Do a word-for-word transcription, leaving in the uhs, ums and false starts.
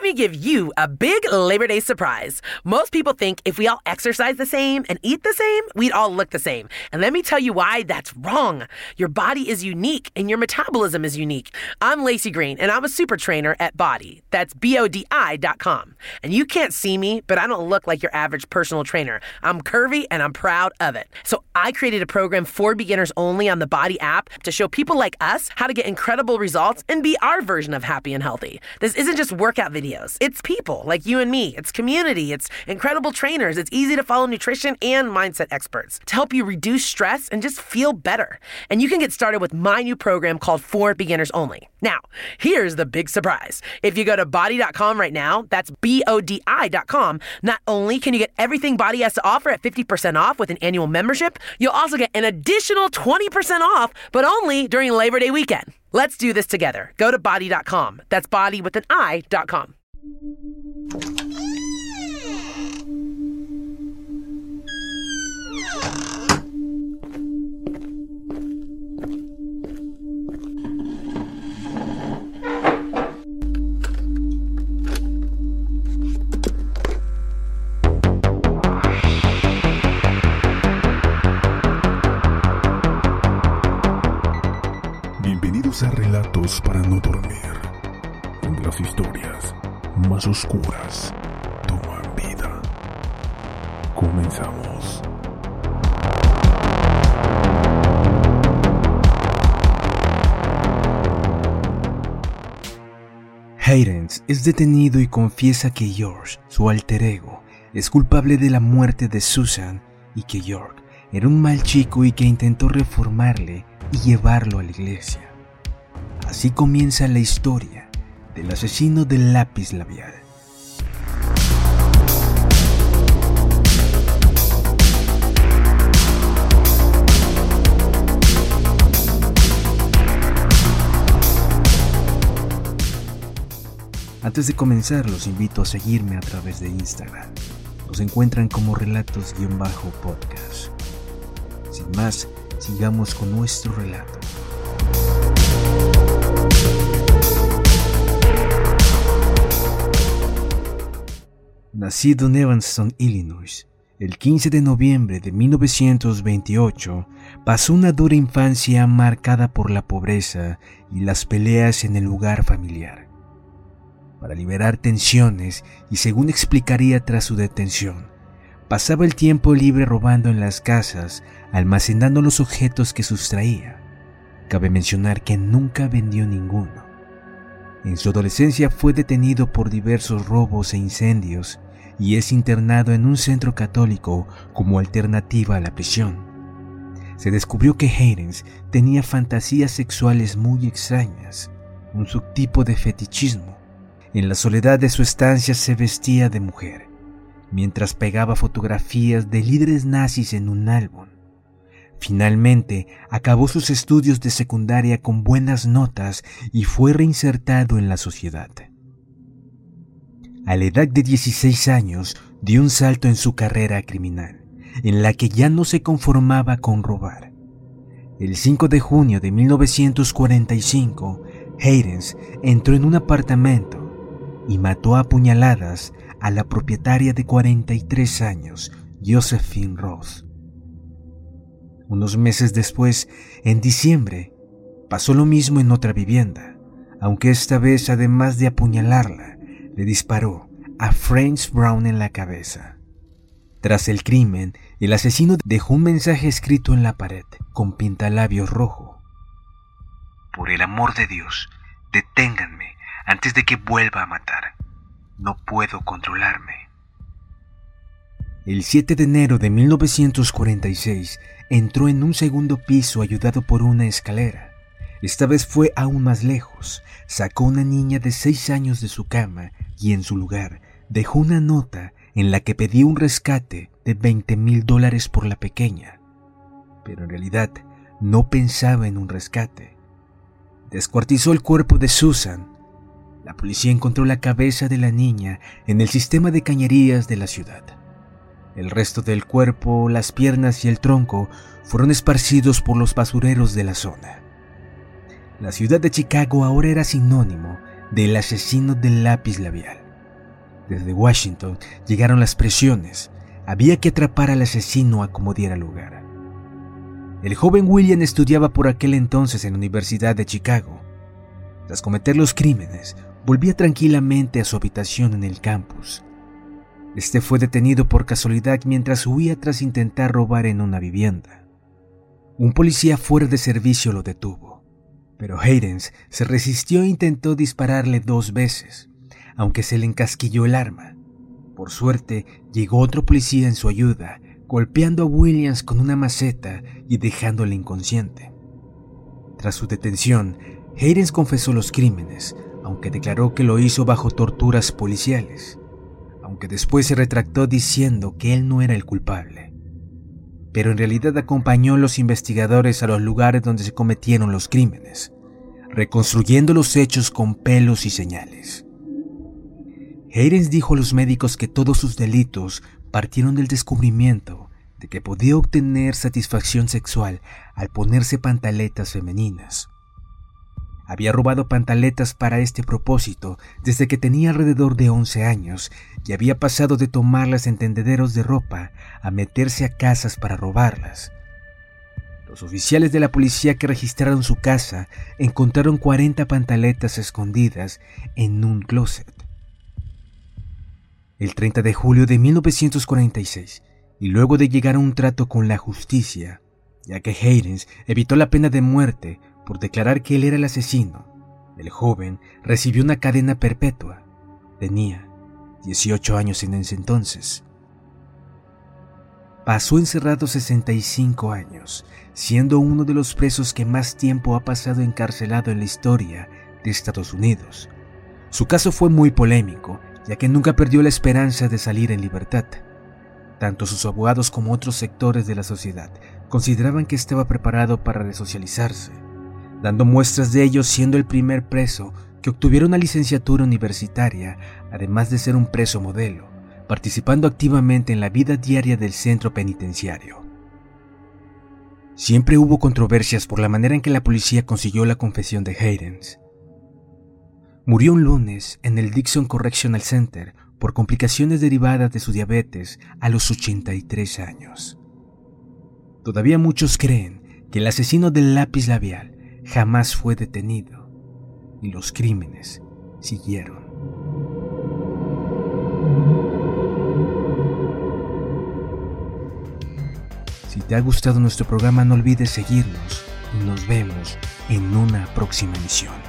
let me give you a big Labor Day surprise. Most people think if we all exercise the same and eat the same, we'd all look the same. And let me tell you why that's wrong. Your body is unique and your metabolism is unique. I'm Lacey Green and I'm a super trainer at Body. That's B O D I dot com. And you can't see me, but I don't look like your average personal trainer. I'm curvy and I'm proud of it. So I created a program for beginners only on the Body app to show people like us how to get incredible results and be our version of happy and healthy. This isn't just workout videos. It's people like you and me. It's community. It's incredible trainers. It's easy to follow nutrition and mindset experts to help you reduce stress and just feel better. And you can get started with my new program called For Beginners Only. Now, here's the big surprise. If you go to body dot com right now, that's B O D I dot com, not only can you get everything Body has to offer at fifty percent off with an annual membership, you'll also get an additional twenty percent off, but only during Labor Day weekend. Let's do this together. Go to body dot com. That's body with an I dot com. Bienvenidos a Relatos para no dormir, donde las historias más oscuras toman vida. Comenzamos. Hayden es detenido y confiesa que George, su alter ego, es culpable de la muerte de Susan y que York era un mal chico y que intentó reformarle y llevarlo a la iglesia. Así comienza la historia del asesino del lápiz labial. Antes de comenzar, los invito a seguirme a través de Instagram. Nos encuentran como relatos-podcast. Sin más, sigamos con nuestro relato. Nacido en Evanston, Illinois, el quince de noviembre de mil novecientos veintiocho, pasó una dura infancia marcada por la pobreza y las peleas en el hogar familiar. Para liberar tensiones y, según explicaría tras su detención, pasaba el tiempo libre robando en las casas, almacenando los objetos que sustraía. Cabe mencionar que nunca vendió ninguno. En su adolescencia fue detenido por diversos robos e incendios y es internado en un centro católico como alternativa a la prisión. Se descubrió que Hayden tenía fantasías sexuales muy extrañas, un subtipo de fetichismo. En la soledad de su estancia se vestía de mujer, mientras pegaba fotografías de líderes nazis en un álbum. Finalmente, acabó sus estudios de secundaria con buenas notas y fue reinsertado en la sociedad. A la edad de dieciséis años, dio un salto en su carrera criminal, en la que ya no se conformaba con robar. El cinco de junio de mil novecientos cuarenta y cinco, Hayden entró en un apartamento y mató a puñaladas a la propietaria de cuarenta y tres años, Josephine Roth. Unos meses después, en diciembre, pasó lo mismo en otra vivienda, aunque esta vez, además de apuñalarla, le disparó a Frances Brown en la cabeza. Tras el crimen, el asesino dejó un mensaje escrito en la pared con pintalabios rojo. Por el amor de Dios, deténganme antes de que vuelva a matar. No puedo controlarme. El siete de enero de mil novecientos cuarenta y seis entró en un segundo piso ayudado por una escalera. Esta vez fue aún más lejos. Sacó una niña de seis años de su cama y en su lugar dejó una nota en la que pedía un rescate de veinte mil dólares por la pequeña. Pero en realidad no pensaba en un rescate. Descuartizó el cuerpo de Susan. La policía encontró la cabeza de la niña en el sistema de cañerías de la ciudad. El resto del cuerpo, las piernas y el tronco fueron esparcidos por los basureros de la zona. La ciudad de Chicago ahora era sinónimo del asesino del lápiz labial. Desde Washington llegaron las presiones. Había que atrapar al asesino a como diera lugar. El joven William estudiaba por aquel entonces en la Universidad de Chicago. Tras cometer los crímenes, volvía tranquilamente a su habitación en el campus. Este fue detenido por casualidad mientras huía tras intentar robar en una vivienda. Un policía fuera de servicio lo detuvo, pero Haynes se resistió e intentó dispararle dos veces, aunque se le encasquilló el arma. Por suerte, llegó otro policía en su ayuda, golpeando a Williams con una maceta y dejándole inconsciente. Tras su detención, Haynes confesó los crímenes, aunque declaró que lo hizo bajo torturas policiales, aunque después se retractó diciendo que él no era el culpable. Pero en realidad acompañó a los investigadores a los lugares donde se cometieron los crímenes, reconstruyendo los hechos con pelos y señales. Haynes dijo a los médicos que todos sus delitos partieron del descubrimiento de que podía obtener satisfacción sexual al ponerse pantaletas femeninas. Había robado pantaletas para este propósito desde que tenía alrededor de once años y había pasado de tomarlas en tendederos de ropa a meterse a casas para robarlas. Los oficiales de la policía que registraron su casa encontraron cuarenta pantaletas escondidas en un closet. El treinta de julio de mil novecientos cuarenta y seis, y luego de llegar a un trato con la justicia, ya que Haynes evitó la pena de muerte por declarar que él era el asesino, el joven recibió una cadena perpetua. Tenía dieciocho años en ese entonces. Pasó encerrado sesenta y cinco años, siendo uno de los presos que más tiempo ha pasado encarcelado en la historia de Estados Unidos. Su caso fue muy polémico, ya que nunca perdió la esperanza de salir en libertad. Tanto sus abogados como otros sectores de la sociedad consideraban que estaba preparado para resocializarse, dando muestras de ello siendo el primer preso que obtuviera una licenciatura universitaria, además de ser un preso modelo, participando activamente en la vida diaria del centro penitenciario. Siempre hubo controversias por la manera en que la policía consiguió la confesión de Haynes. Murió un lunes en el Dixon Correctional Center por complicaciones derivadas de su diabetes a los ochenta y tres años. Todavía muchos creen que el asesino del lápiz labial jamás fue detenido y los crímenes siguieron. Si te ha gustado nuestro programa, no olvides seguirnos y nos vemos en una próxima emisión.